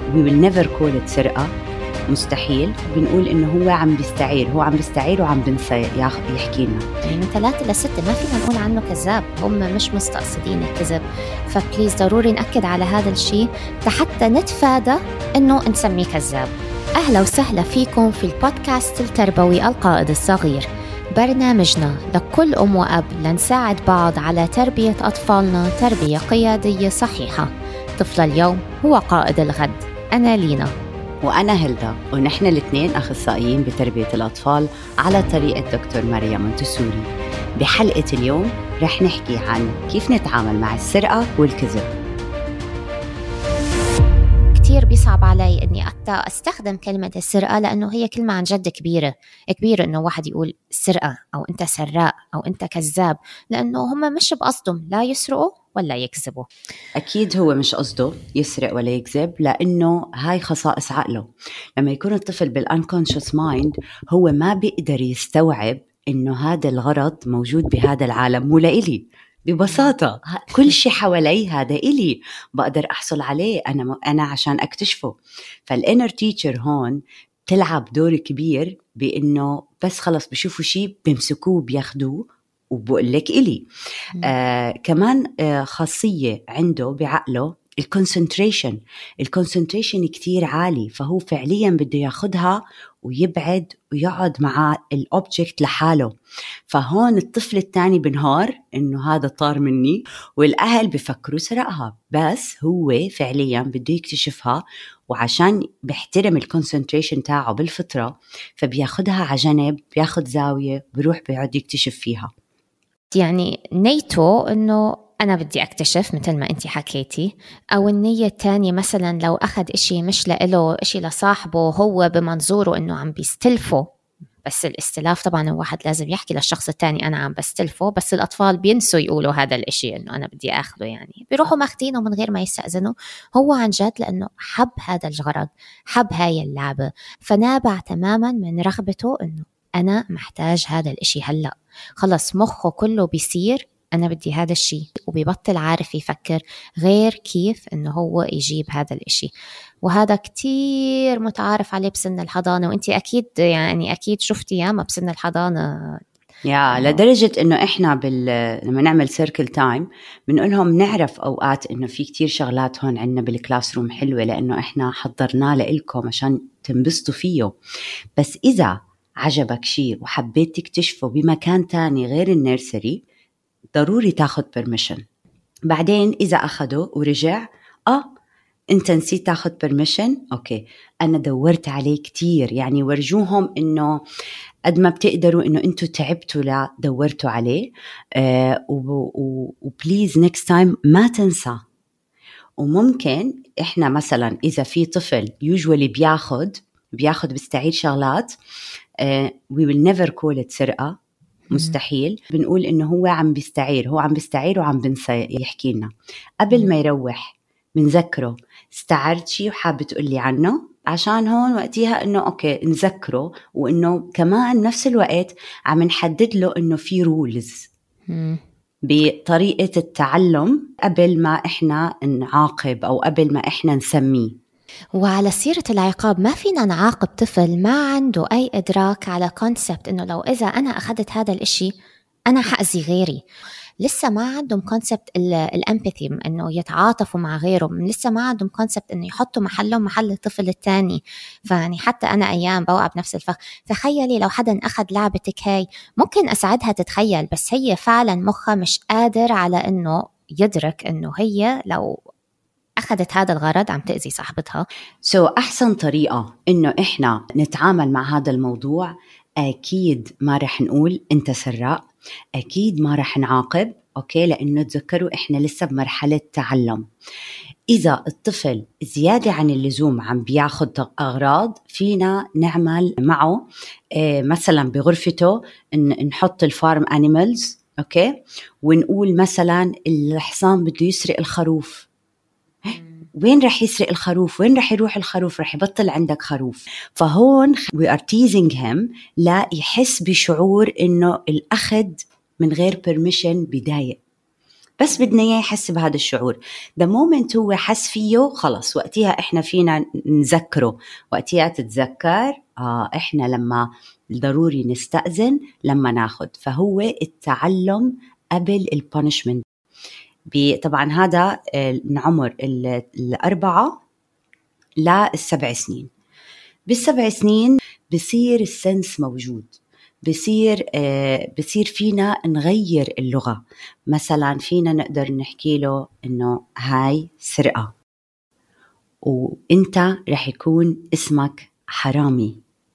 we will never call it سرقة، مستحيل. بنقول إنه هو عم بيستعير وعم بنسى يحكي لنا. يعني من 3 ل 6 ما فينا نقول عنه كذاب، هم مش مستقصدين الكذب. فبليز ضروري نأكد على هذا الشيء حتى نتفادى إنه نسميه كذاب. أهلا وسهلا فيكم في البودكاست التربوي القائد الصغير، برنامجنا لكل أم وأب لنساعد بعض على تربية أطفالنا تربية قيادية صحيحة. طفل اليوم هو قائد الغد. أنا لينا وأنا هلدا، ونحن الاثنين أخصائيين بتربية الأطفال على طريقة دكتور ماريا مونتسوري. بحلقة اليوم رح نحكي عن كيف نتعامل مع السرقة والكذب. كتير بيصعب علي أني أستخدم كلمة السرقة، لأنه هي كلمة عن جد كبيرة أنه واحد يقول سرقة أو أنت سراء أو أنت كذاب، لأنه هم مش بقصدهم لا يسرقوا ولا يكذبوا. أكيد هو مش قصده يسرق ولا يكذب، لأنه هاي خصائص عقله. لما يكون الطفل بالانكونشس مايند هو ما بيقدر يستوعب إنه هذا الغرض موجود بهذا العالم مو لإلي. ببساطة كل شيء حوالي هذا إلي، بقدر أحصل عليه أنا عشان أكتشفه. فالإنر تيتشر هون تلعب دور كبير، بإنه بس خلص بشوفوا شيء بيمسكوه بياخدوه وبقول لك إلي. كمان خاصية عنده بعقله الكونسنتريشن كتير عالي، فهو فعليا بده ياخدها ويبعد ويقعد مع الأوبجكت لحاله. فهون الطفل الثاني بنهار إنه هذا طار مني، والأهل بفكروا سرقها، بس هو فعليا بده يكتشفها، وعشان بيحترم الكونسنتريشن تاعه بالفطرة فبياخدها على جنب، بياخد زاوية بيروح بيقعد يكتشف فيها. يعني نيته إنه أنا بدي أكتشف مثل ما أنتي حكيتي، أو النية التانية مثلا لو أخذ إشي مش لإله، إشي لصاحبه، هو بمنظوره إنه عم بيستلفه. بس الاستلاف طبعا الواحد لازم يحكي للشخص التاني أنا عم بستلفه، بس الأطفال بينسوا يقولوا هذا الإشي إنه أنا بدي أخذه، يعني بيروحوا ماخدينه من غير ما يستأذنوا. هو عن جد لأنه حب هذا الغرض، حب هاي اللعبة، فنابع تماما من رغبته إنه أنا محتاج هذا الإشي هلأ. خلص مخه كله بيصير أنا بدي هذا الشيء، وبيبطل عارف يفكر غير كيف إنه هو يجيب هذا الإشي. وهذا كتير متعارف عليه بسن الحضانة، وإنتي أكيد شفتي ياما بسن الحضانة. لدرجة إنه إحنا لما نعمل سيركل تايم بنقولهم نعرف أوقات إنه في كتير شغلات هون عنا بالكلاس روم حلوة، لأنه إحنا حضرناه لإلكم عشان تنبسطوا فيه. بس إذا عجبك شيء وحبيت تكتشفه بمكان تاني غير النيرسري، ضروري تاخد permission. بعدين إذا أخده ورجع أنت نسيت تاخد permission، أوكي أنا دورت عليه كتير. يعني ورجوهم إنه قد ما بتقدروا إنه أنتوا تعبتوا لا دورتوا عليه، وبليز next time ما تنسى. وممكن إحنا مثلا إذا في طفل usually بياخد بيستعيد شغلات، we will never call it سرقة، مستحيل. بنقول إنه هو عم بيستعير وعم بنسى يحكي لنا. قبل ما يروح بنذكره استعرت شيء وحابة تقولي عنه، عشان هون وقتها إنه أوكي نذكره، وإنه كمان نفس الوقت عم نحدد له إنه في رولز بطريقة التعلم قبل ما إحنا نعاقب أو قبل ما إحنا نسميه. وعلى سيرة العقاب، ما فينا نعاقب طفل ما عنده أي إدراك على كونسبت إنه لو إذا أنا أخذت هذا الإشي أنا حأذي غيري. لسه ما عندهم كونسبت الامباثي، إنه يتعاطفوا مع غيرهم. لسه ما عندهم كونسبت إنه يحطوا محلهم محل الطفل الثاني. فيعني حتى أنا أيام بوقع بنفس الفخ. تخيلي لو حدا أخذ لعبتك هاي، ممكن أساعدها تتخيل، بس هي فعلا مخها مش قادر على إنه يدرك إنه هي لو أخذت هذا الغرض عم تأذي صاحبتها. أحسن طريقة إنه إحنا نتعامل مع هذا الموضوع، أكيد ما رح نقول أنت سراء، أكيد ما رح نعاقب، أوكي، لأنه تذكروا إحنا لسه بمرحلة تعلم. إذا الطفل زيادة عن اللزوم عم بياخد أغراض، فينا نعمل معه مثلا بغرفته نحط الفارم أنيمالز، أوكي، ونقول مثلا الحصان بده يسرق الخروف. وين رح يسرق الخروف؟ وين رح يروح الخروف؟ رح يبطل عندك خروف. فهون we are teasing him لا يحس بشعور إنه الأخذ من غير permission بداية. بس بدنا إياه يحس بهذا الشعور. the moment هو حس فيه خلص وقتها إحنا فينا نذكره. وقتها تتذكر إحنا لما ضروري نستأذن لما ناخد. فهو التعلم قبل البانشمنت. طبعا هذا من عمر 4 ل7 سنين. بال7 سنين بصير السنس موجود، بصير فينا نغير اللغة. مثلا فينا نقدر نحكي له إنه هاي سرقة، وإنت رح يكون اسمك حرامي،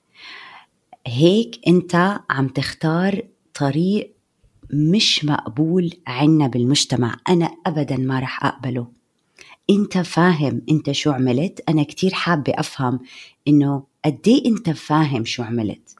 هيك أنت عم تختار طريق مش مقبول عنا بالمجتمع، أنا أبدا ما رح أقبله. أنت فاهم أنت شو عملت؟ أنا كتير حابة أفهم إنه قدي أنت فاهم شو عملت.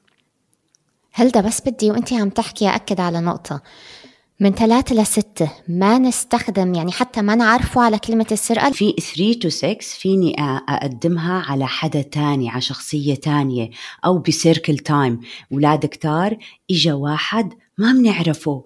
هلدا بس بدي وأنتي عم تحكي أكد على نقطة، من 3 ل6 ما نستخدم، يعني حتى ما نعرفه على كلمة السرقة. في 3 to 6 فيني أقدمها على حدا تاني، على شخصية تانية، أو بسيركل تايم. ولاد كتار إجا واحد ما بنعرفه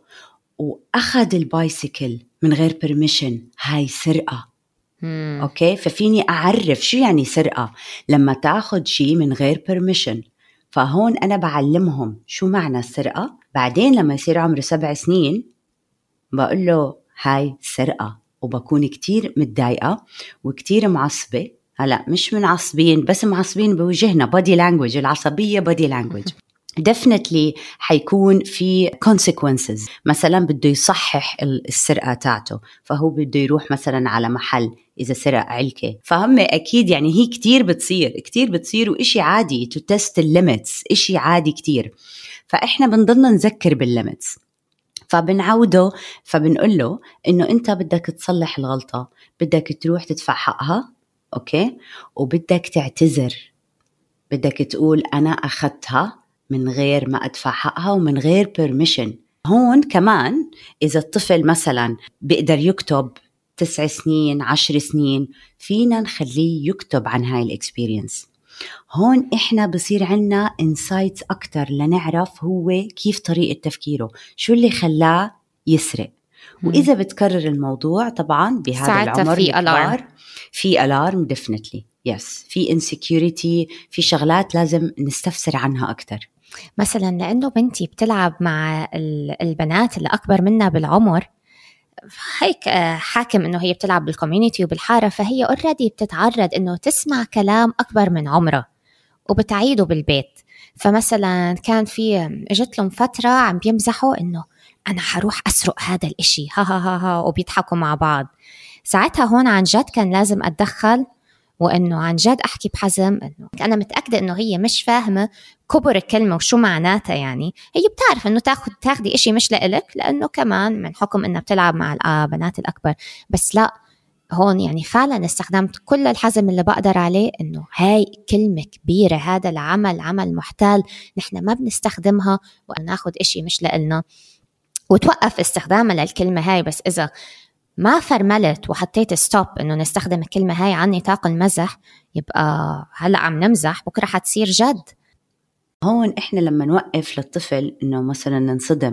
وأخذ البايسيكل من غير برميشن، هاي سرقة. أوكي، ففيني أعرف شو يعني سرقة لما تاخد شي من غير برميشن. فهون أنا بعلمهم شو معنى السرقة. بعدين لما يصير عمره 7 سنين بقول له هاي سرقة، وبكون كتير متضايقة وكتير معصبة. هلأ مش من عصبين بس، معصبين بوجهنا، body language، العصبية body language. definitely حيكون في consequences. مثلا بده يصحح السرقة تاعته، فهو بده يروح مثلا على محل إذا سرق علكة. فهم أكيد يعني هي كتير بتصير وإشي عادي to test the limits، إشي عادي كتير. فإحنا بنضلنا نذكر بالليميتس، فبنعوده، فبنقول له إنه أنت بدك تصلح الغلطة، بدك تروح تدفع حقها، أوكي، وبدك تعتذر، بدك تقول أنا أخذتها من غير ما أدفع حقها ومن غير permission. هون كمان إذا الطفل مثلا بيقدر يكتب 9 سنين 10 سنين، فينا نخليه يكتب عن هاي الإكسبيرينس. هون إحنا بصير عنا إنسايتس أكتر لنعرف هو كيف طريقة تفكيره، شو اللي خلاه يسرق. وإذا بتكرر الموضوع طبعا بهذا العمر الكبار في ألارم definitely yes، في insecurity، في شغلات لازم نستفسر عنها أكتر. مثلا لأنه بنتي بتلعب مع البنات اللي أكبر منها بالعمر، هيك حاكم إنه هي بتلعب بالكوميونيتي وبالحارة، فهي already بتتعرض إنه تسمع كلام أكبر من عمرها وبتعيده بالبيت. فمثلا كان في اجت لهم فترة عم بيمزحوا إنه أنا حروح أسرق هذا الإشي، ها ها ها ها، وبيضحكوا مع بعض. ساعتها هون عن جد كان لازم أتدخل، وإنه عن جد أحكي بحزم إنه أنا متأكدة إنه هي مش فاهمة كبر الكلمة وشو معناتها. يعني هي بتعرف إنه تاخدي إشي مش لإلك، لأنه كمان من حكم إنها بتلعب مع البنات الأكبر. بس لا، هون يعني فعلا استخدمت كل الحزم اللي بقدر عليه، إنه هاي كلمة كبيرة، هذا العمل عمل محتال، نحن ما بنستخدمها وناخد إشي مش لإلنا، وتوقف استخدامها للكلمة هاي. بس إذا ما فرملت وحطيت ستوب إنه نستخدم الكلمة هاي عن نطاق المزح، يبقى هلأ عم نمزح، بكرة حتصير جد. هون إحنا لما نوقف للطفل إنه مثلا ننصدم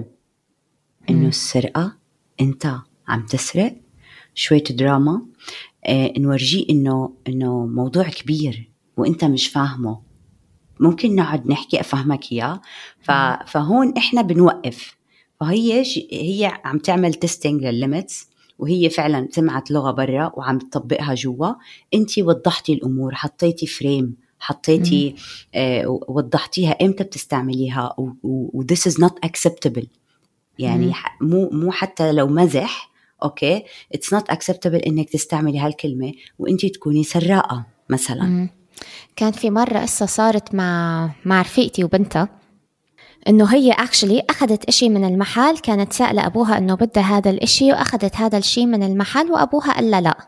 إنه السرقة أنت عم تسرق، شوية دراما، نورجيه إنه موضوع كبير وأنت مش فاهمه، ممكن نقعد نحكي أفهمك إياه. فهون إحنا بنوقف. فهي عم تعمل تيستينج للليميتس، وهي فعلا سمعت لغة برا وعم تطبقها جوا. أنتي وضحتي الأمور، حطيتي فريم، حطيتي وضحتيها إمتى بتستعمليها، و this is not acceptable. يعني مو حتى لو مزح، أوكي، it's not acceptable إنك تستعملي هالكلمة وإنتي تكوني سراقة مثلا. كان في مرة قصة صارت مع رفيقتي وبنتها، إنه هي actually أخذت إشي من المحل، كانت سألة أبوها إنه بدها هذا الإشي، وأخذت هذا الشي من المحل وأبوها قال لا.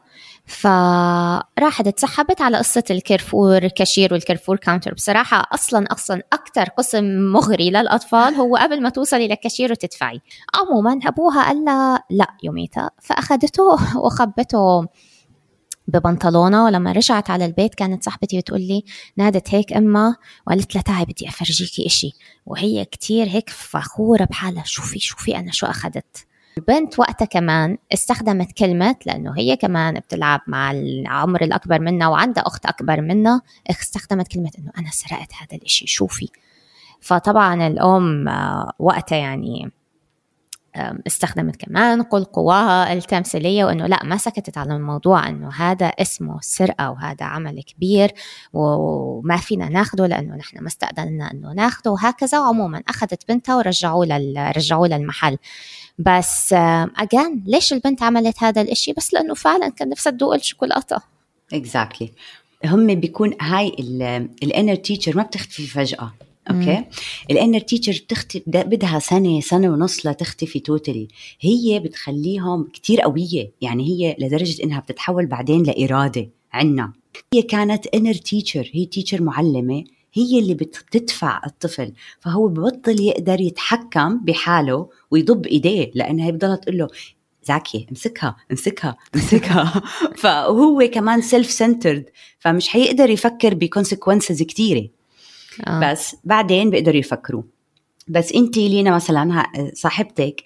فراحت اتسحبت على قصة الكارفور كاشير والكارفور كاونتر. بصراحة أصلا أكتر قسم مغري للأطفال هو قبل ما توصلي للكاشير وتدفعي. عموما أبوها قال لا يوميتها، فأخذته وخبته ببنطلونة. ولما رجعت على البيت كانت صاحبتي بتقول لي نادت هيك أمها وقالت لها تعي بدي أفرجيكي إشي، وهي كتير هيك فخورة بحالها، شوفي أنا شو أخذت. البنت وقتها كمان استخدمت كلمة، لأنه هي كمان بتلعب مع العمر الأكبر منها وعندها أخت أكبر منها، استخدمت كلمة إنه أنا سرقت هذا الإشي شوفي. فطبعا الأم وقتها يعني استخدمت كمان كل قواها التمثيلية، وأنه لا ما سكتت على الموضوع، أنه هذا اسمه سرقة وهذا عمل كبير وما فينا ناخده لأنه نحن ما استأذننا أنه ناخده وهكذا. وعموما أخذت بنتها ورجعوا للمحل. بس أجان ليش البنت عملت هذا الإشي؟ بس لأنه فعلا كان نفسها تدوق الشوكولاتة. exactly. هم بيكون هاي الانر تيتشر ما بتختفي فجأة. اوكي الانر تيتشر بدها سنة ونص لتختفي توتالي. هي بتخليهم كتير قوية، يعني هي لدرجة انها بتتحول بعدين لإرادة عنا. هي كانت انر تيتشر، هي تيتشر معلمة، هي اللي بتدفع الطفل، فهو ببطل يقدر يتحكم بحاله ويضب ايديه، لانها هي بضلها تقول له زاكي امسكها فهو كمان سيلف سنترد، فمش حيقدر يفكر بكونسيكونسز كتيرة. بس بعدين بيقدروا يفكروا. بس انتي لينا مثلا صاحبتك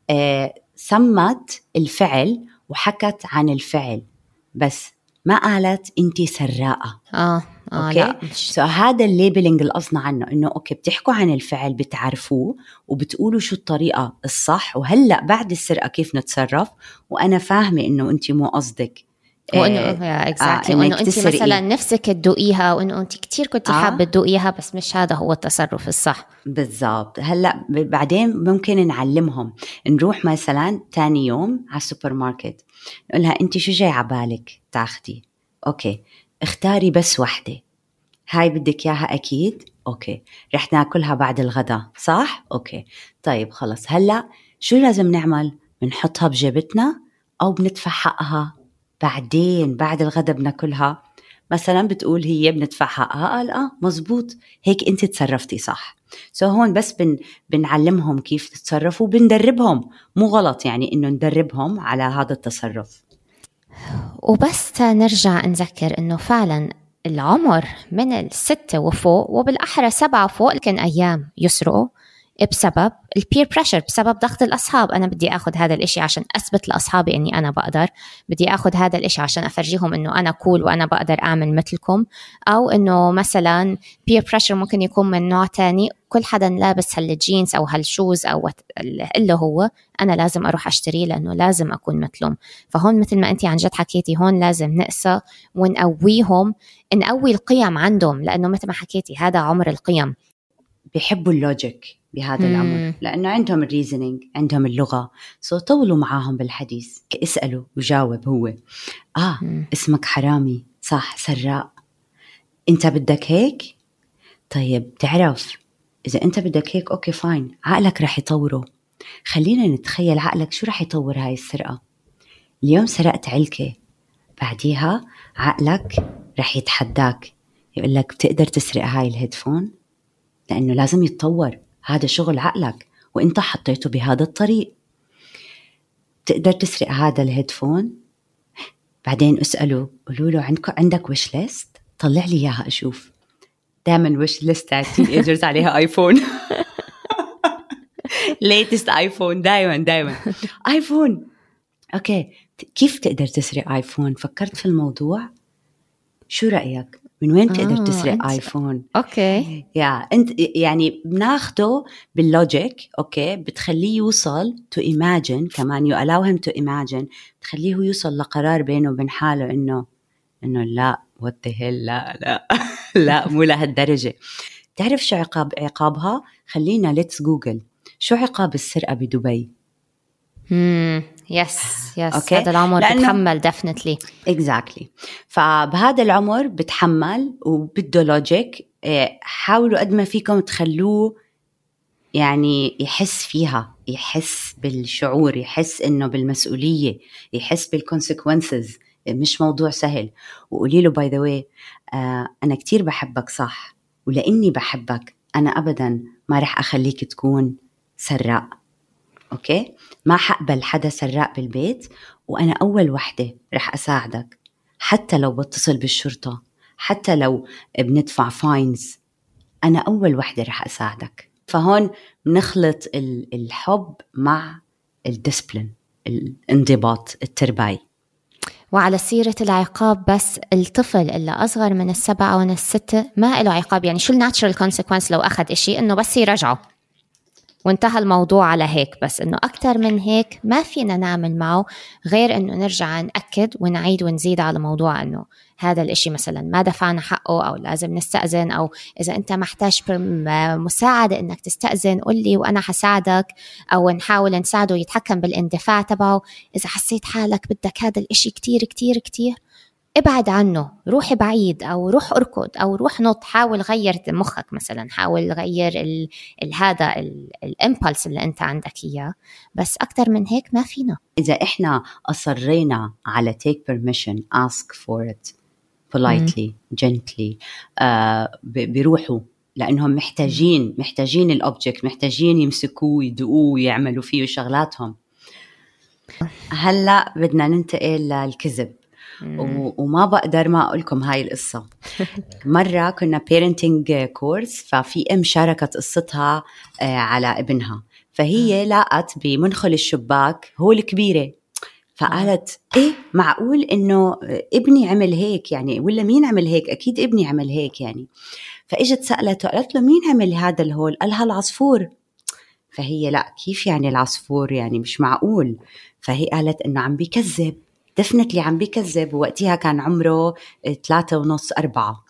سمت الفعل وحكت عن الفعل بس ما قالت انتي سراقة. اوكي لا هذا الليبلينج اللي قصنا عنه، انه اوكي بتحكوا عن الفعل بتعرفوه وبتقولوا شو الطريقة الصح، وهلأ بعد السرقة كيف نتصرف، وانا فاهمة انه انتي مو قصدك وانه وانه انت مثلا نفسك تدوقيها، وانه انت كتير كنت حابه تدوقيها، بس مش هذا هو التصرف الصح. بالضبط. هلا بعدين ممكن نعلمهم، نروح مثلا تاني يوم على السوبر ماركت نقولها انت شو جاي عبالك تاخدي؟ اوكي اختاري بس وحده، هاي بدك اياها اكيد؟ اوكي رح ناكلها بعد الغداء صح؟ اوكي طيب خلص هلا شو لازم نعمل؟ بنحطها بجيبتنا او بندفع حقها بعدين بعد الغداء بناكلها؟ مثلا بتقول هي بندفع حقها، قال مزبوط هيك انت تصرفتي صح. هون بس بنعلمهم كيف تتصرفوا، بندربهم، مو غلط يعني انه ندربهم على هذا التصرف. وبس نرجع نذكر انه فعلا العمر من 6 وفوق، وبالأحرى 7 فوق، كان أيام يسرقوا بسبب البير بريشر، بسبب ضغط الأصحاب. أنا بدي أخذ هذا الإشي عشان أثبت لأصحابي أني أنا بقدر، بدي أخذ هذا الإشي عشان أفرجيهم أنه أنا كول وأنا بقدر أعمل مثلكم. أو أنه مثلا بير بريشر ممكن يكون من نوع تاني، كل حدا لابس هالجينز أو هالشوز أو اللي هو أنا لازم أروح أشتريه لأنه لازم أكون مثلهم. فهون مثل ما أنتي عن جد حكيتي، هون لازم نقسى ونقويهم، نقوي القيم عندهم، لأنه مثل ما حكيتي هذا عمر القيم. بيحبوا اللوجيك بهذا العمر، لأنه عندهم الريزنينج، عندهم اللغة، طولوا معاهم بالحديث. اسألوا وجاوب هو اسمك حرامي صح؟ سراق؟ انت بدك هيك؟ طيب تعرف إذا انت بدك هيك اوكي فاين، عقلك رح يطوره. خلينا نتخيل عقلك شو رح يطور هاي السرقة. اليوم سرقت علكة، بعديها عقلك رح يتحداك، يقول لك بتقدر تسرق هاي الهيدفون؟ لأنه لازم يتطور، هذا شغل عقلك وإنت حطيته بهذا الطريق. تقدر تسرق هذا الهيدفون؟ بعدين اسألوا، قولوا له عندك ويش ليست؟ طلع لي إياها أشوف. دائما ويش ليست تاع التين ايجرز عليها آيفون ليتست آيفون، دائما آيفون. أوكي كيف تقدر تسرق آيفون؟ فكرت في الموضوع؟ شو رأيك؟ من وين بتقدر تسرق آيفون؟ أوكي انت يعني بناخده باللوجيك، اوكي بتخليه يوصل to imagine، كمان you allow him to imagine، بتخليه يوصل لقرار بينه وبين حاله انه لا what the hell، لا لا مو لهالدرجة. تعرف شو عقابها؟ خلينا let's جوجل شو عقاب السرقة بدبي. يس هذا العمر بتحمل definitely exactly. فبهذا العمر بتحمل وبده لوجيك. حاولوا قد ما فيكم تخلوه يعني يحس فيها، يحس بالشعور، يحس انه بالمسؤولية، يحس بالconsequences، مش موضوع سهل. وقولي له by the way انا كتير بحبك صح، ولاني بحبك انا ابدا ما رح اخليك تكون سراق. أوكي ما حقبل حدا سراق بالبيت، وأنا أول وحدة رح أساعدك، حتى لو بتصل بالشرطة، حتى لو بندفع فاينز، أنا أول وحدة رح أساعدك. فهون بنخلط الحب مع الديسبلين، الانضباط التربوي. وعلى سيرة العقاب، بس الطفل اللي أصغر من 7 أو من 6 ما له عقاب. يعني شو الناتشرال كونسيكونس لو أخذ إشي؟ إنه بس يرجعه وانتهى الموضوع على هيك. بس إنه أكتر من هيك ما فينا نعمل معه غير إنه نرجع نأكد ونعيد ونزيد على موضوع إنه هذا الإشي مثلا ما دفعنا حقه، أو لازم نستأذن، أو إذا أنت محتاج مساعدة إنك تستأذن قل لي وأنا حساعدك، أو نحاول نساعده يتحكم بالاندفاع تبعه. إذا حسيت حالك بدك هذا الإشي كتير كتير كتير، ابعد عنه، روح بعيد، أو روح أركض، أو روح نط. حاول غير مخك مثلا، حاول غير هذا الإمبلس اللي أنت عندك إياه. بس أكتر من هيك ما فينا. إذا إحنا أصرينا على take permission, ask for it politely, gently, بيروحوا لأنهم محتاجين الأوبجكت، محتاجين يمسكوه يدقوه يعملوا فيه شغلاتهم. هلأ بدنا ننتقل للكذب. وما بقدر ما أقولكم هاي القصة. مرة كنا parenting course، ففي أم شاركت قصتها على ابنها، فهي لاقت بمنخل الشباك هو الكبيرة، فقالت إيه معقول إنه ابني عمل هيك يعني، ولا مين عمل هيك؟ أكيد ابني عمل هيك يعني. فإجت سألته قالت له مين عمل هذا الهول؟ قالها العصفور. فهي لا، كيف يعني العصفور؟ يعني مش معقول. فهي قالت إنه عم بيكذب، دفنتلي عم بيكذب. ووقتها كان عمره 3.5 4.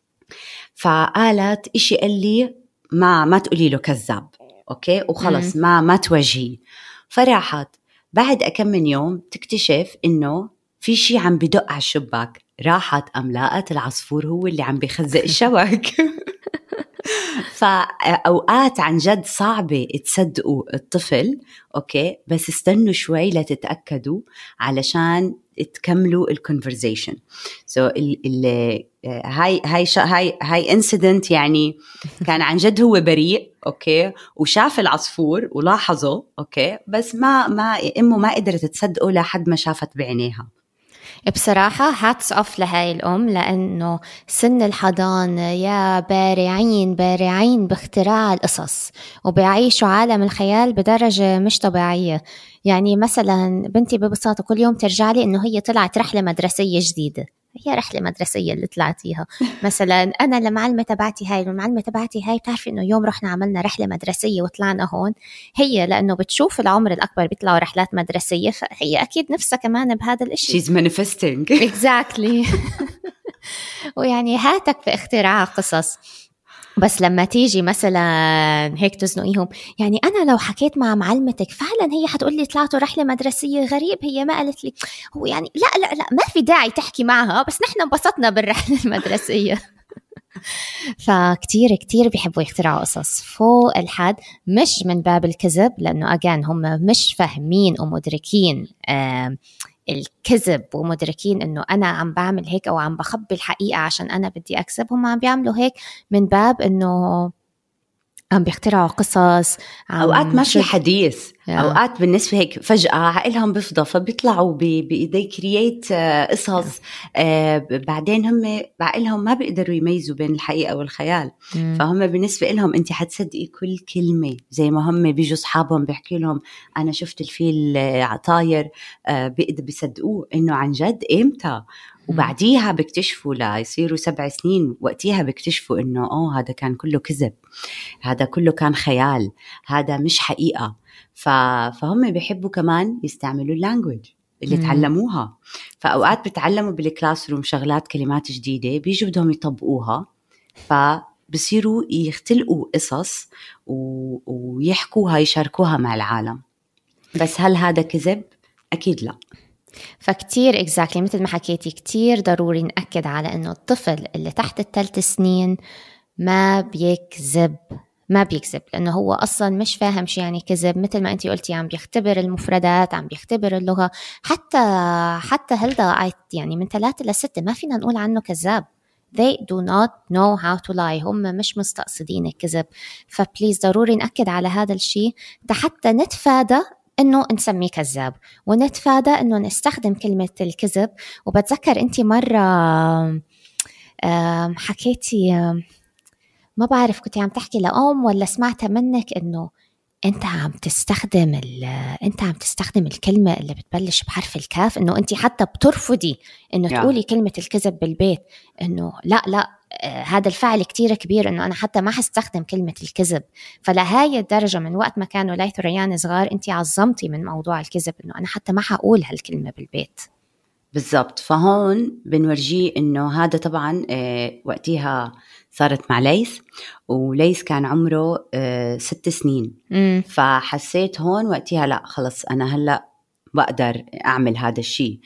فقالت إشي قال لي ما تقولي له كذاب، أوكي وخلص ما توجهي. فراحت بعد كم من يوم تكتشف إنه في شي عم بدق على الشباك. راحت لقت العصفور هو اللي عم بيخزق الشبك. فأوقات عن جد صعبة تصدقوا الطفل، أوكي بس استنوا شوي لتتأكدوا علشان تكملوا الكونفرزيشن. هاي انسيدنت يعني كان عن جد هو بريء، أوكي وشاف العصفور ولاحظه، أوكي بس ما أمه ما قدرت تصدقه لحد ما شافت بعينيها. بصراحة هاتس أوف لهاي الأم، لأنه سن الحضانة يا بارعين باختراع القصص، وبيعيشوا عالم الخيال بدرجة مش طبيعية. يعني مثلا بنتي ببساطة كل يوم ترجع لي إنه هي طلعت رحلة مدرسية جديدة. هي رحلة مدرسية اللي طلعتيها. مثلا أنا المعلمة تبعتي هاي بتعرفي إنه يوم رحنا عملنا رحلة مدرسية وطلعنا هون. هي لأنه بتشوف العمر الأكبر بيطلعوا رحلات مدرسية، فهي أكيد نفسها كمان بهذا الإشي. She's manifesting. Exactly. ويعني هاتك في اختراع قصص. بس لما تيجي مثلا هيك تزنقيهم، يعني أنا لو حكيت مع معلمتك فعلا هي حتقول لي طلعتوا رحلة مدرسية، غريب هي ما قالت لي. هو يعني لا ما في داعي تحكي معها، بس نحن انبسطنا بالرحلة المدرسية. فكتير كتير بيحبوا يخترعوا قصص فوق الحد، مش من باب الكذب، لأنه أجان هم مش فاهمين ومدركين الكذب، ومدركين انه انا عم بعمل هيك او عم بخبي الحقيقة عشان انا بدي اكسب. هم عم بيعملوا هيك من باب انه عم بيخترعوا قصص. اوقات ما في حديث، اوقات بالنسبه هيك فجاه عقلهم بفضى، فبيطلعوا they create قصص. بعدين هم بعقلهم ما بيقدروا يميزوا بين الحقيقه والخيال. فهم بالنسبه لهم انت حتصدقي كل كلمه، زي ما هم بيجوا اصحابهم بيحكي لهم انا شفت الفيل طاير، بيصدقوه انه عن جد. امتى؟ وبعديها بيكتشفوا يصيروا 7 سنين، وقتها بيكتشفوا إنه هذا كان كله كذب، هذا كله كان خيال، هذا مش حقيقة. فهم بيحبوا كمان يستعملوا اللانجويج اللي تعلموها. فأوقات بتعلموا بالكلاس روم شغلات كلمات جديدة، بيجوا بدهم يطبقوها، فبصيروا يختلقوا قصص ويحكوها يشاركوها مع العالم. بس هل هذا كذب؟ أكيد لا. فكتير exactly مثل ما حكيتي، كتير ضروري نأكد على أنه الطفل اللي تحت 3 سنين ما بيكذب، لأنه هو أصلا مش فاهم شو يعني كذب. مثل ما أنتي قلتي عم بيختبر المفردات، عم بيختبر اللغة. حتى هلدا يعني من 3 ل6 ما فينا نقول عنه كذاب. They do not know how to lie. هم مش مستقصدين الكذب. فبليز ضروري نأكد على هذا الشيء حتى نتفادى إنه نسميه كذاب، ونتفادى إنه نستخدم كلمة الكذب. وبتذكر أنتي مرة حكيتي، ما بعرف كنتي عم تحكي لأم ولا سمعتها منك، إنه انت عم تستخدم الكلمة اللي بتبلش بحرف الكاف، انه انت حتى بترفضي انه تقولي كلمة الكذب بالبيت، انه لا هذا الفعل كتير كبير انه انا حتى ما حستخدم كلمة الكذب. فلهاي الدرجة من وقت ما كانوا ليث وريان صغار انت عظمتي من موضوع الكذب، انه انا حتى ما حقول هالكلمة بالبيت. بالضبط. فهون بنورجيه إنه هذا طبعا وقتها صارت مع ليث، وليث كان عمره 6 سنين. فحسيت هون وقتها لا خلص أنا هلأ بقدر أعمل هذا الشيء.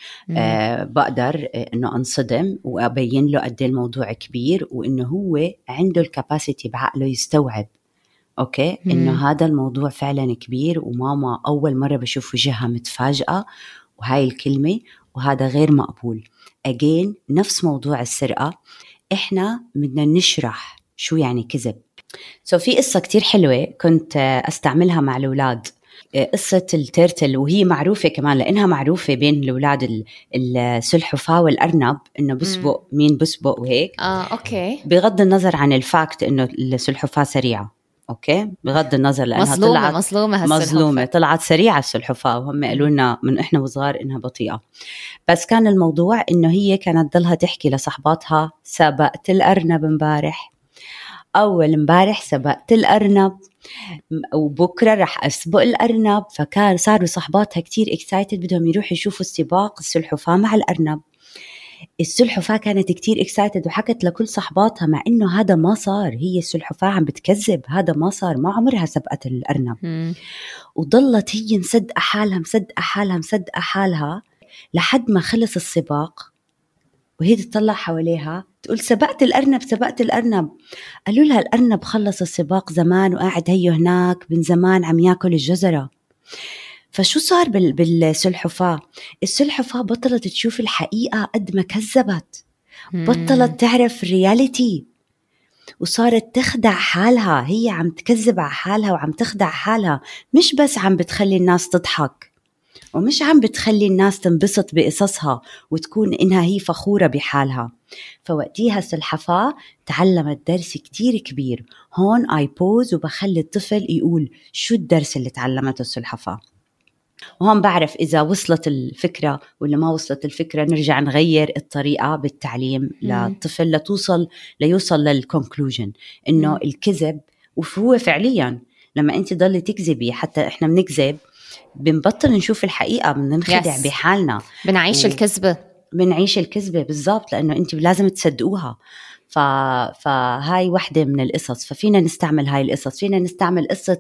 بقدر إنه أنصدم وأبين له قد الموضوع كبير، وإنه هو عنده الكاباسيتي بعقله يستوعب أوكي إنه هذا الموضوع فعلا كبير، وماما أول مرة بشوف وجهها متفاجئة وهاي الكلمة وهذا غير مقبول. أجين نفس موضوع السرقة، إحنا بدنا نشرح شو يعني كذب. في قصة كتير حلوة كنت أستعملها مع الأولاد، قصة التيرتل، وهي معروفة كمان لأنها معروفة بين الأولاد، السلحفاة والأرنب، إنه بسبق مين بسبق وهيك. أوكي. بغض النظر عن الفاكت إنه السلحفاة سريعة، أوكي، بغض النظر لأنها مظلومة طلعت سريعة السلحفاة، وهم قالوا لنا من إحنا وصغار إنها بطيئة. بس كان الموضوع إنه هي كانت ضلها تحكي لصحباتها سبقت الأرنب امبارح، أول امبارح سبقت الأرنب، وبكرة رح أسبق الأرنب. فكان صاروا صحباتها كتير اكسايتد، بدهم يروحوا يشوفوا السباق السلحفاة مع الأرنب. السلحفاة كانت كتير اكسايتد وحكت لكل صحباتها، مع إنه هذا ما صار، هي السلحفاة عم بتكذب، هذا ما صار، ما عمرها سبقت الأرنب. وضلت هي مصدقة حالها لحد ما خلص السباق، وهي تطلع حواليها تقول سبقت الأرنب. قالوا لها الأرنب خلص السباق زمان وقاعد هيو هناك من زمان عم ياكل الجزرة. فشو صار بالسلحفاة؟ السلحفاة بطلت تشوف الحقيقة قد ما كذبت، بطلت تعرف الرياليتي، وصارت تخدع حالها. هي عم تكذب على حالها وعم تخدع حالها، مش بس عم بتخلي الناس تضحك، ومش عم بتخلي الناس تنبسط بقصصها وتكون إنها هي فخورة بحالها. فوقتها السلحفاة تعلمت درس كتير كبير. هون I pause وبخلي الطفل يقول شو الدرس اللي تعلمته السلحفاة، وهم بعرف إذا وصلت الفكرة ولا ما وصلت الفكرة. نرجع نغير الطريقة بالتعليم للطفل ليوصل للكونكلوجن إنه الكذب. وهو فعليا لما أنت ضلي تكذبي، حتى إحنا بنكذب بنبطل نشوف الحقيقة، بننخدع بحالنا، بنعيش الكذبة بالضبط، لأنه أنت لازم تصدقوها. فهاي واحدة من القصص. ففينا نستعمل هاي القصص، فينا نستعمل قصة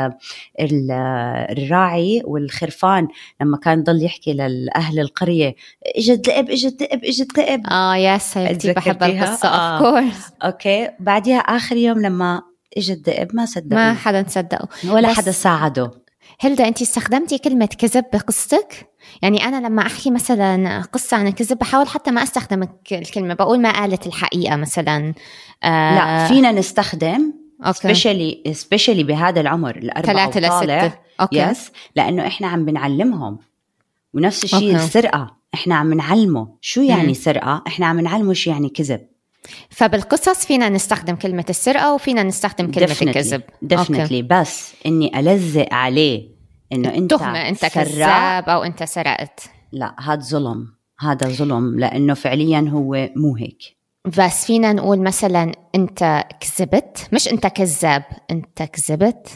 الراعي والخرفان لما كان ضل يحكي لأهل القرية اجت ذئب. يس هي كتير بحب القصة of course. اوكي، بعدها آخر يوم لما اجت ذئب ما حدا تصدقه ولا حدا ساعده. هلدا أنتي استخدمتي كلمة كذب بقصتك؟ يعني أنا لما أحكي مثلا قصة عن الكذب بحاول حتى ما أستخدم الكلمة، بقول ما قالت الحقيقة مثلا. لا، فينا نستخدم especially بهذا العمر 4 وطالع. يس، لأنه إحنا عم بنعلمهم. ونفس الشيء السرقة، إحنا عم نعلمه شو يعني سرقة، إحنا عم نعلمه شو يعني كذب. فبالقصص فينا نستخدم كلمة السرقة وفينا نستخدم كلمة الكذب definitely. بس إني ألزق عليه إنه أنت كذاب أو أنت سرقت، لا، هذا ظلم لأنه فعليا هو مو هيك. بس فينا نقول مثلا أنت كذبت، مش أنت كذاب، أنت كذبت.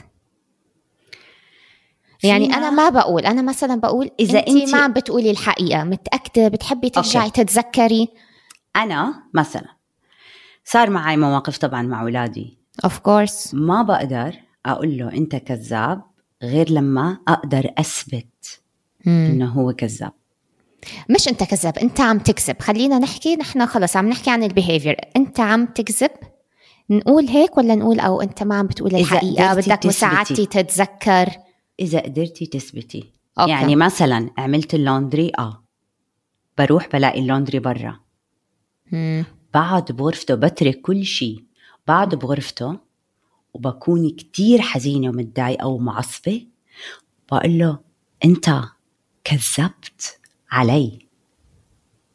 يعني أنا ما بقول، أنا مثلا بقول إذا أنت ما بتقولي الحقيقة، متأكدة بتحبي ترجعي تتذكري. أنا مثلا صار معي مواقف طبعا مع أولادي of course ما بقدر أقول له أنت كذاب غير لما أقدر أثبت إنه هو كذاب. مش أنت كذاب، أنت عم تكذب. خلينا نحكي، نحن خلص عم نحكي عن البيهيفير. أنت عم تكذب، نقول هيك ولا نقول أو أنت ما عم بتقول الحقيقة، بدك مساعدتي تتذكر. إذا قدرتي تثبتي. يعني مثلا عملت اللوندري، بروح بلاقي اللوندري برا، بعد بغرفته بترك كل شيء، بعد بغرفته وبكون كتير حزينة ومتضايقة ومعصبة، بقول له أنت كذبت علي.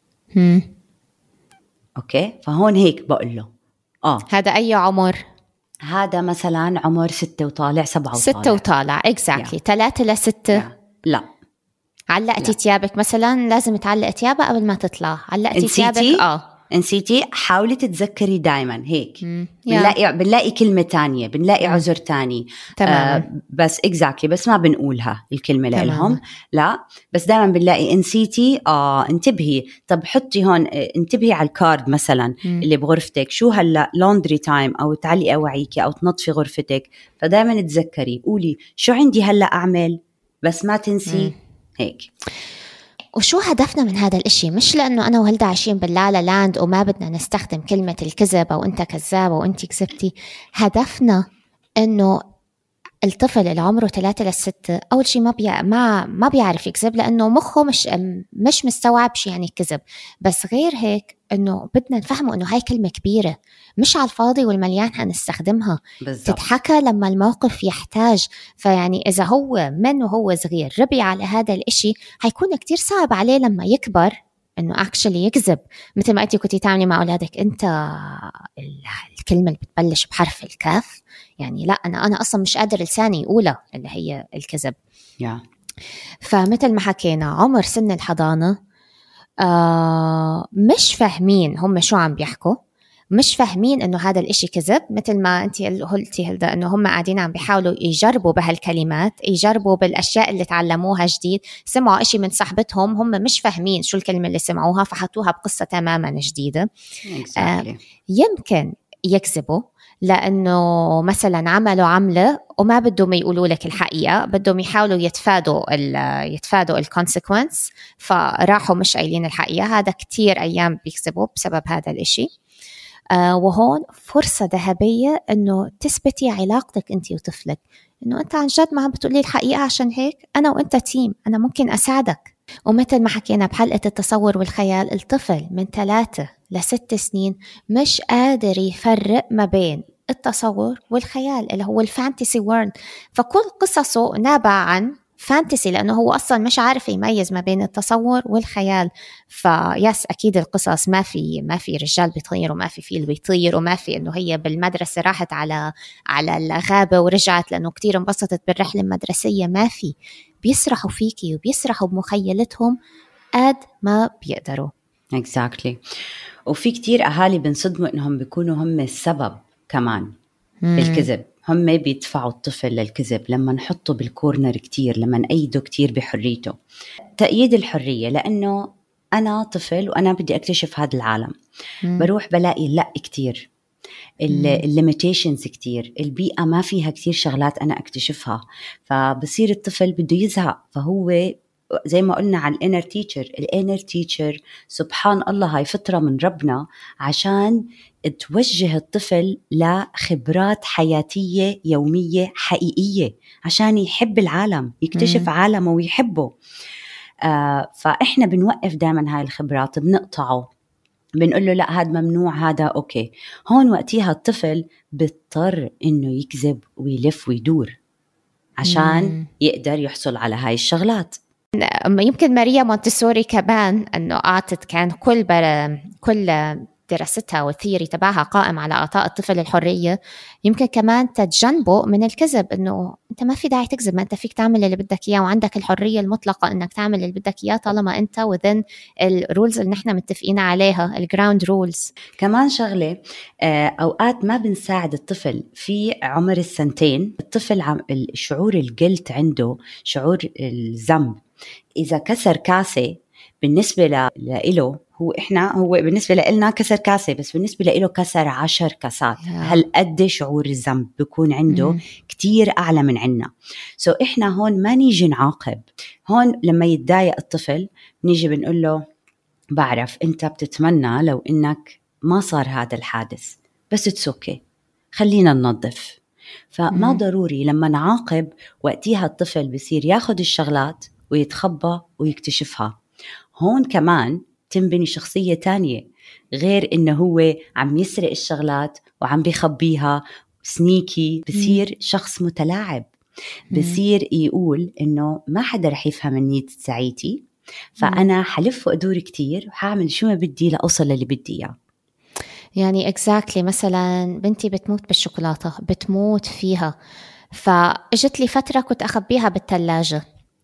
أوكي، فهون هيك بقول له هذا أي عمر؟ هذا مثلا عمر 6 وطالع 7 وطالع 6 وطالع exactly 3 ل6 لا علقتي تيابك مثلا لازم تعلق تيابها قبل ما تطلع. علقتي تيابك نسيتي حاولي تتذكري دايما هيك. بنلاقي كلمة تانية، بنلاقي عذر تاني بس exactly بس ما بنقولها الكلمة لهم لا، بس دايما بنلاقي نسيتي انتبهي. طب حطي هون انتبهي على الكارد مثلا اللي بغرفتك شو هلا laundry time أو تعلقي أوعيكي أو تنظفي غرفتك. فدايما تذكري قولي شو عندي هلا أعمل بس ما تنسي هيك. وشو هدفنا من هذا الاشي؟ مش لأنه أنا وهلدا عايشين باللالا لاند وما بدنا نستخدم كلمة الكذب أو أنت كذاب أو أنت كذبتي. هدفنا أنه الطفل اللي عمره 3 ل6 أول شيء ما بيعرف يكذب لأنه مخه مش مستوعب شيء يعني كذب. بس غير هيك أنه بدنا نفهمه أنه هاي كلمة كبيرة مش على الفاضي والمليان هنستخدمها بالزبط. تتحكى لما الموقف يحتاج. فيعني إذا هو من وهو صغير ربي على هذا الإشي هيكون كتير صعب عليه لما يكبر إنه actually يكذب. مثل ما أنتي كنتي تعملي مع أولادك، أنت الكلمة اللي بتبلش بحرف الكاف يعني لا أنا أصلا مش قادر لساني يقولها اللي هي الكذب. فمثل ما حكينا عمر سن الحضانة مش فاهمين هم شو عم بيحكوا، مش فاهمين انه هذا الاشي كذب. مثل ما انتي قلتي هلدا انه هم قاعدين عم بيحاولوا يجربوا بهالكلمات، يجربوا بالاشياء اللي تعلموها جديد. سمعوا اشي من صاحبتهم هم مش فاهمين شو الكلمة اللي سمعوها فحطوها بقصة تماما جديدة. يمكن يكذبوا لأنه مثلا عملوا عملة وما بدهم يقولوا لك الحقيقة، بدهم يحاولوا يتفادوا الكونسيكونس فراحوا مش قايلين الحقيقة. هذا كتير أيام بيكذبوا بسبب هذا الإشي. وهون فرصة ذهبية إنه تثبتي علاقتك أنت وطفلك، إنه أنت عن جد ما عم بتقولي الحقيقة عشان هيك أنا وأنت تيم، أنا ممكن أساعدك. ومثل ما حكينا بحلقة التصور والخيال، الطفل من 3 ل6 سنين مش قادر يفرق ما بين التصور والخيال اللي هو الفانتسي وورلد. فكل قصصه نابع عن فانتسي لأنه هو أصلا مش عارف يميز ما بين التصور والخيال. فيس أكيد القصص ما في رجال بيطير وما في فيل بيطير وما في إنه هي بالمدرسة راحت على الغابة ورجعت لأنه كتير انبسطت بالرحلة المدرسية. ما في، بيسرحوا فيكي وبيسرحوا بمخيلتهم قد ما بيقدروا. exactly. وفي كتير أهالي بنصدموا إنهم بيكونوا هم السبب كمان بالكذب. هم بيدفعوا الطفل للكذب لما نحطه بالكورنر كتير، لما نأيده كتير بحريته. تأييد الحرية لأنه أنا طفل وأنا بدي أكتشف هذا العالم. بروح بلاقي لا كتير، الليميتيشنز كتير، البيئة ما فيها كتير شغلات أنا أكتشفها. فبصير الطفل بده يزهق. فهو زي ما قلنا على الانر تيتشر سبحان الله هاي فطرة من ربنا عشان توجه الطفل لخبرات حياتية يومية حقيقية عشان يحب العالم، يكتشف عالمه ويحبه. فإحنا بنوقف دائما هاي الخبرات، بنقطعه، بنقول له لا هذا ممنوع هذا أوكي. هون وقتها الطفل بيضطر إنه يكذب ويلف ويدور عشان يقدر يحصل على هاي الشغلات. يمكن ماريا مونتسوري كمان أنه أعطت كان كل دراستها والثيري تبعها قائم على إعطاء الطفل الحرية. يمكن كمان تتجنبه من الكذب، إنه أنت ما في داعي تكذب، ما أنت فيك تعمل اللي بدك إياه وعندك الحرية المطلقة إنك تعمل اللي بدك إياه طالما أنت within الرولز اللي نحن متفقين عليها، الجراوند رولز. كمان شغلة أوقات ما بنساعد الطفل في عمر 2 الطفل شعور الجلت عنده، شعور الذنب. إذا كسر كاسة بالنسبة له هو بالنسبة لنا كسر كاسة، بس بالنسبة له كسر 10 كاسات. هل قد شعور الذنب بيكون عنده كتير أعلى من عنا. إحنا هون ما نيجي نعاقب. هون لما يتضايق الطفل نيجي بنقول له بعرف أنت بتتمنى لو إنك ما صار هذا الحادث، بس تسوكي خلينا ننظف. فما ضروري لما نعاقب وقتها الطفل بيصير ياخد الشغلات ويتخبى ويكتشفها. هون كمان تنبني شخصية تانية غير إنه هو عم يسرق الشغلات وعم بيخبيها سنيكي. بصير شخص متلاعب، بصير يقول إنه ما حدا رح يفهم النية تاعيتي، فأنا حلف وأدور كتير وحاعمل شو ما بدي لأوصل للي بدي إياه. يعني exactly مثلا بنتي بتموت بالشوكولاتة، بتموت فيها، فاجت لي فترة كنت أخبيها بالثلاجة،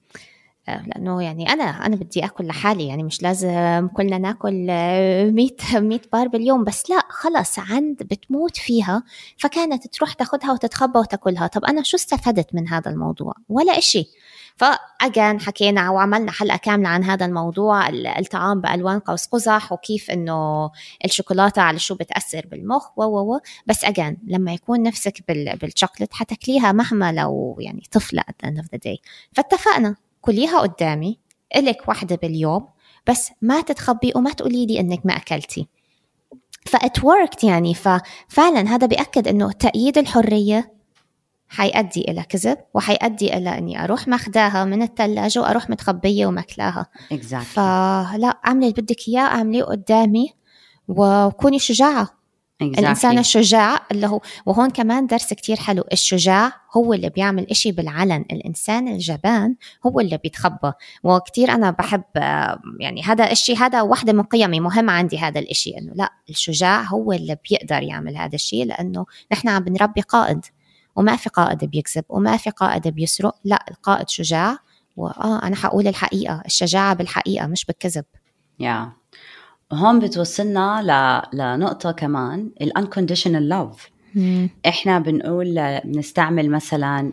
لأنه يعني أنا بدي أكل لحالي، يعني مش لازم كلنا ناكل 100 بار باليوم، بس لا خلص عند بتموت فيها، فكانت تروح تاخدها وتتخبى وتاكلها. طب أنا شو استفدت من هذا الموضوع؟ ولا إشي. فأجان حكينا وعملنا حلقة كاملة عن هذا الموضوع، الطعام بألوان قوس قزح، وكيف إنه الشوكولاتة على شو بتأثر بالمخ بس أجان لما يكون نفسك بالشوكولات حتاكليها مهما لو يعني طفلة at the end of the day. فاتفقنا كليها قدامي، إلك واحدة باليوم، بس ما تتخبي وما تقولي لي إنك ما أكلتي. فات worked يعني. ففعلا هذا بيأكد إنه تأييد الحرية حيؤدي إلى كذب، وحيؤدي إلى إني أروح مخداها من الثلاجة وأروح متخبية ومكلاها. exactly. فلا، أعملي اللي بدك إياه، أعمليه قدامي وكوني شجاعة. exactly. الإنسان الشجاع اللي هو، وهون كمان درس كتير حلو، الشجاع هو اللي بيعمل إشي بالعلن، الإنسان الجبان هو اللي بيتخبى. وكتير أنا بحب يعني هذا الشيء، هذا واحدة من قيمي مهمة عندي، هذا الإشي إنه لا، الشجاع هو اللي بيقدر يعمل هذا الشيء، لأنه نحن عم بنربي قائد، وما في قائد بيكذب، وما في قائد بيسرق، لا، القائد شجاع. أنا حقول الحقيقة، الشجاعة بالحقيقة مش بالكذب. هون بتوصلنا لنقطة كمان، unconditional love. إحنا بنقول بنستعمل مثلا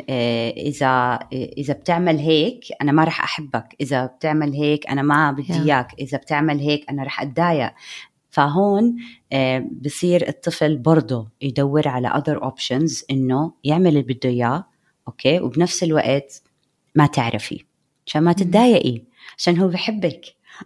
إذا بتعمل هيك أنا ما رح أحبك، إذا بتعمل هيك أنا ما بدي إياك، إذا بتعمل هيك أنا رح أتضايق. فهون بصير الطفل برضه يدور على other options إنه يعمل اللي بده إياه، أوكي، وبنفس الوقت ما تعرفي عشان ما تتضايقي، عشان هو بحبك.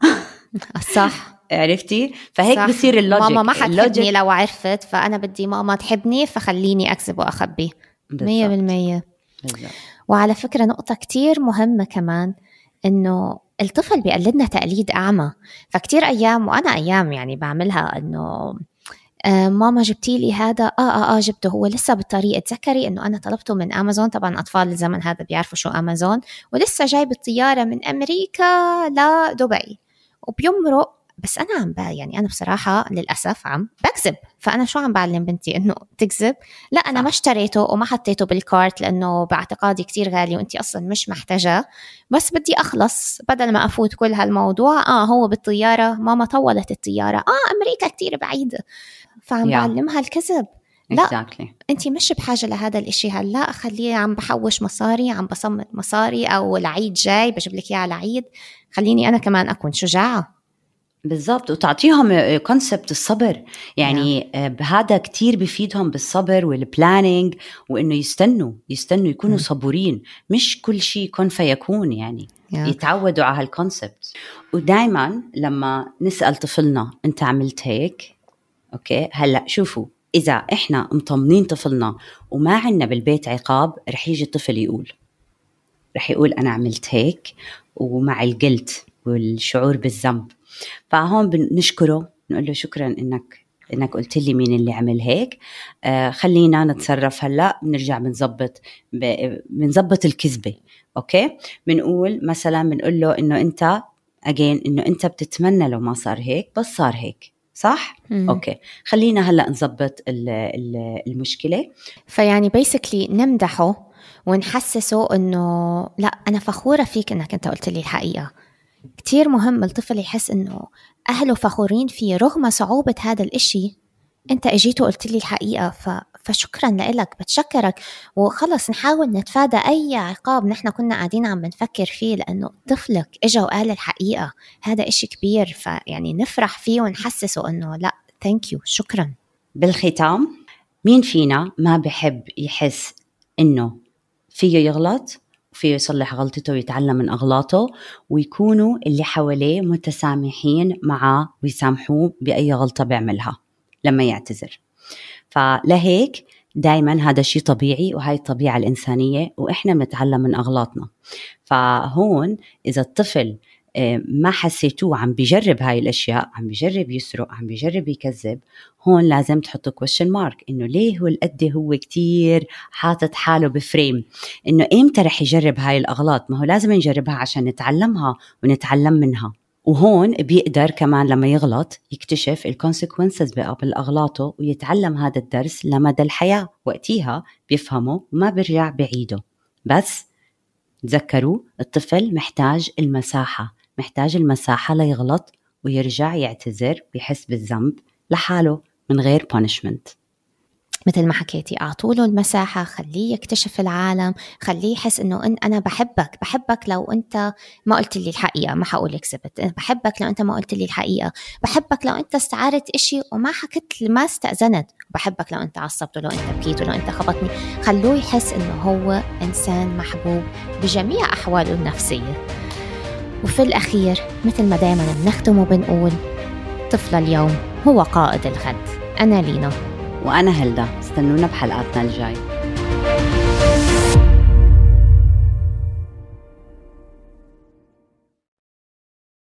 صح. عرفتي؟ فهيك بصير اللوجيك. ماما ما حتحبني لو عرفت، فأنا بدي ماما تحبني، فخليني أكذب وأخبي. 100%. وعلى فكرة نقطة كتير مهمة كمان، إنه الطفل بيقلدنا تقليد أعمى. فكتير أيام، وأنا أيام يعني بعملها، إنه ماما جبتي لي هذا، جبته، هو لسه بالطريق. تذكري إنه أنا طلبته من أمازون، طبعا أطفال الزمن هذا بيعرفوا شو أمازون، ولسه جاي بالطيارة من أمريكا لدبي وبيمرق. بس أنا يعني أنا بصراحة للأسف عم بكذب. فأنا شو عم بعلم بنتي؟ إنه تكذب؟ لا، أنا ما اشتريته وما حطيته بالكارت لأنه باعتقادي كتير غالي وأنتي أصلا مش محتاجة، بس بدي أخلص بدل ما أفوت كل هالموضوع. هو بالطيارة، ماما طولت الطيارة، أمريكا كتير بعيدة، فعم بعلمها الكذب. لا، أنتي مش بحاجة لهذا الإشي هلا، خليه عم بحوش مصاري، عم بصمت مصاري، أو العيد جاي بجيب لك إياه على العيد، خليني أنا كمان أكون شجاعة. بالضبط. وتعطيهم كونسبت الصبر، يعني هذا كتير بفيدهم بالصبر والبلانينج، وإنه يستنوا يكونوا صبورين، مش كل شيء كن فيكون، يعني يتعودوا على هالكونسبت. ودايما لما نسأل طفلنا أنت عملت هيك، أوكي، هلأ شوفوا، إذا إحنا مطمنين طفلنا وما عنا بالبيت عقاب، رح يجي الطفل رح يقول أنا عملت هيك، ومع الجلت والشعور بالذنب. فهون بنشكره، نقول له شكرا إنك قلت لي مين اللي عمل هيك، خلينا نتصرف هلأ، بنرجع بنزبط الكذبة. أوكي، بنقول مثلا، بنقول له إنه أنت بتتمنى لو ما صار هيك، بس صار هيك، صح؟ أوكي، خلينا هلأ نزبط المشكلة. فيعني basically نمدحه ونحسسه إنه لا، أنا فخورة فيك إنك أنت قلت لي الحقيقة. كتير مهم الطفل يحس إنه أهله فخورين فيه رغم صعوبة هذا الإشي. أنت اجيت وقلت لي الحقيقة، فشكرا لك، بتشكرك، وخلص نحاول نتفادى أي عقاب نحن كنا قاعدين عم بنفكر فيه، لأنه طفلك إجا وقال الحقيقة، هذا إشي كبير. فيعني نفرح فيه ونحسسه إنه لا، thank you، شكرا. بالختام، مين فينا ما بحب يحس إنه فيه يغلط وفيه يصلح غلطته ويتعلم من أغلاطه، ويكونوا اللي حواليه متسامحين معه ويسامحوه بأي غلطة بيعملها لما يعتذر. فلهيك دايما هذا شيء طبيعي، وهاي الطبيعة الإنسانية، وإحنا بنتعلم من أغلاطنا. فهون إذا الطفل ما حسيتوه عم بيجرب هاي الأشياء، عم بيجرب يسرق، عم بيجرب يكذب، هون لازم تحطوا question mark إنه ليه هو كتير حاطط حاله بفريم إنه إمتى رح يجرب هاي الأغلاط. ما هو لازم نجربها عشان نتعلمها ونتعلم منها. وهون بيقدر كمان لما يغلط يكتشف الكونسيكونسز بالأغلاطه ويتعلم هذا الدرس لمدى الحياة. وقتها بيفهمه وما بيرجع بعيده. بس تذكروا الطفل محتاج المساحة ليغلط ويرجع يعتذر، بيحس بالذنب لحاله من غير punishment. مثل ما حكيتي، أعطوله المساحة، خليه يكتشف العالم، خليه يحس إنه أنا بحبك لو أنت ما قلت لي الحقيقة، ما حقول كذبت، بحبك لو أنت ما قلت لي الحقيقة، بحبك لو أنت استعارت إشي وما حكيت، ما استأذنت، بحبك لو أنت عصبت، لو أنت بكيت، لو أنت خبطني. خلوه يحس إنه هو إنسان محبوب بجميع أحواله النفسية. وفي الأخير مثل ما دايما بنختم وبنقول، طفل اليوم هو قائد الغد. أنا لينا. وأنا هلدا. استنونا بحلقاتنا الجاي.